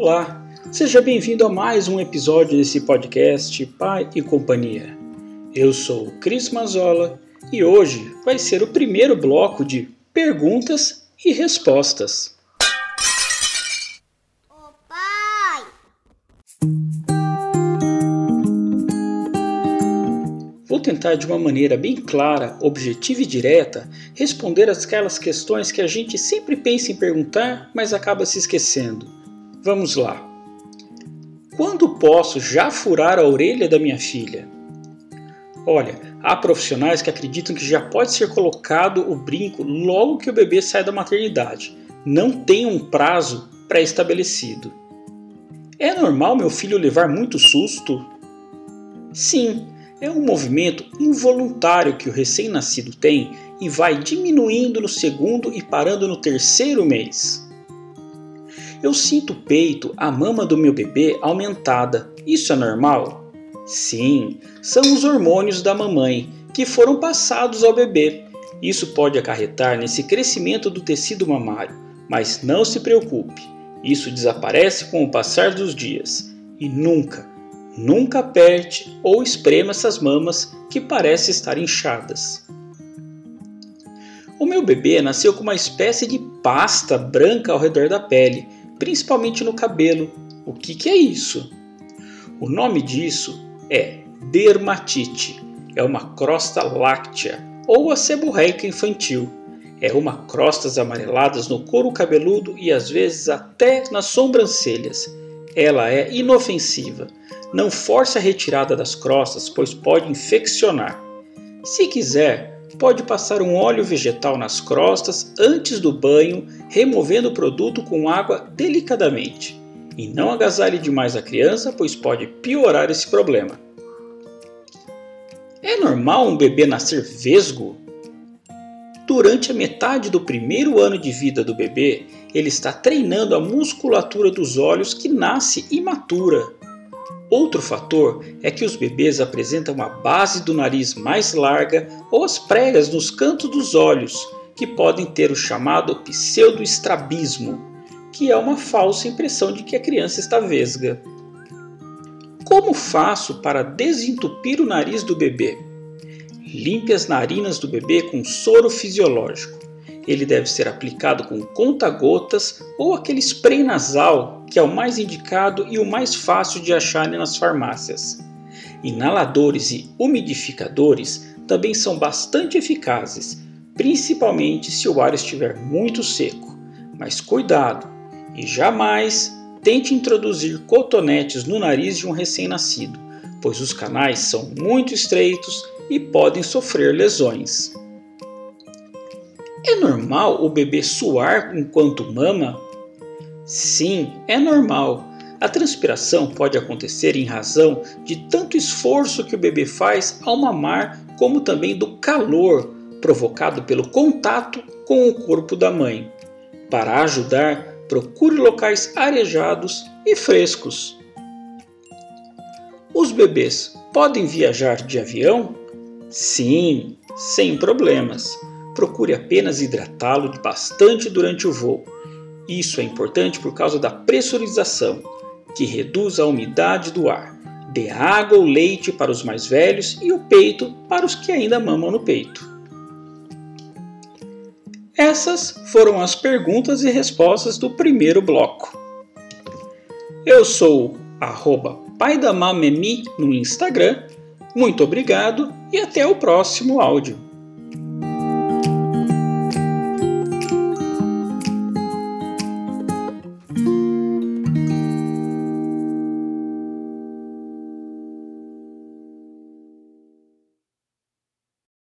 Olá, seja bem-vindo a mais um episódio desse podcast Pai e Companhia. Eu sou o Cris Mazzola e hoje vai ser o primeiro bloco de perguntas e respostas. Ô pai! Vou tentar de uma maneira bem clara, objetiva e direta responder aquelas questões que a gente sempre pensa em perguntar, mas acaba se esquecendo. Vamos lá. Quando posso já furar a orelha da minha filha? Olha, há profissionais que acreditam que já pode ser colocado o brinco logo que o bebê sai da maternidade. Não tem um prazo pré-estabelecido. É normal meu filho levar muito susto? Sim, é um movimento involuntário que o recém-nascido tem e vai diminuindo no segundo e parando no terceiro mês. Eu sinto o peito, a mama do meu bebê aumentada. Isso é normal? Sim, são os hormônios da mamãe que foram passados ao bebê. Isso pode acarretar nesse crescimento do tecido mamário, mas não se preocupe, isso desaparece com o passar dos dias. E nunca aperte ou esprema essas mamas que parecem estar inchadas. O meu bebê nasceu com uma espécie de pasta branca ao redor da pele, principalmente no cabelo. O que é isso? O nome disso é dermatite. É uma crosta láctea ou a seborreica infantil. É uma crostas amareladas no couro cabeludo e às vezes até nas sobrancelhas. Ela é inofensiva. Não force a retirada das crostas, pois pode infeccionar. Se quiser, pode passar um óleo vegetal nas crostas antes do banho, removendo o produto com água delicadamente. E não agasalhe demais a criança, pois pode piorar esse problema. É normal um bebê nascer vesgo? Durante a metade do primeiro ano de vida do bebê, ele está treinando a musculatura dos olhos que nasce imatura. Outro fator é que os bebês apresentam uma base do nariz mais larga ou as pregas nos cantos dos olhos, que podem ter o chamado pseudoestrabismo, que é uma falsa impressão de que a criança está vesga. Como faço para desentupir o nariz do bebê? Limpe as narinas do bebê com soro fisiológico. Ele deve ser aplicado com conta-gotas ou aquele spray nasal, que é o mais indicado e o mais fácil de achar nas farmácias. Inaladores e umidificadores também são bastante eficazes, principalmente se o ar estiver muito seco. Mas cuidado e jamais tente introduzir cotonetes no nariz de um recém-nascido, pois os canais são muito estreitos e podem sofrer lesões. É normal o bebê suar enquanto mama? Sim, é normal. A transpiração pode acontecer em razão de tanto esforço que o bebê faz ao mamar, como também do calor provocado pelo contato com o corpo da mãe. Para ajudar, procure locais arejados e frescos. Os bebês podem viajar de avião? Sim, sem problemas. Procure apenas hidratá-lo bastante durante o voo. Isso é importante por causa da pressurização, que reduz a umidade do ar. Dê água ou leite para os mais velhos e o peito para os que ainda mamam no peito. Essas foram as perguntas e respostas do primeiro bloco. Eu sou @paidamamemi no Instagram. Muito obrigado e até o próximo áudio.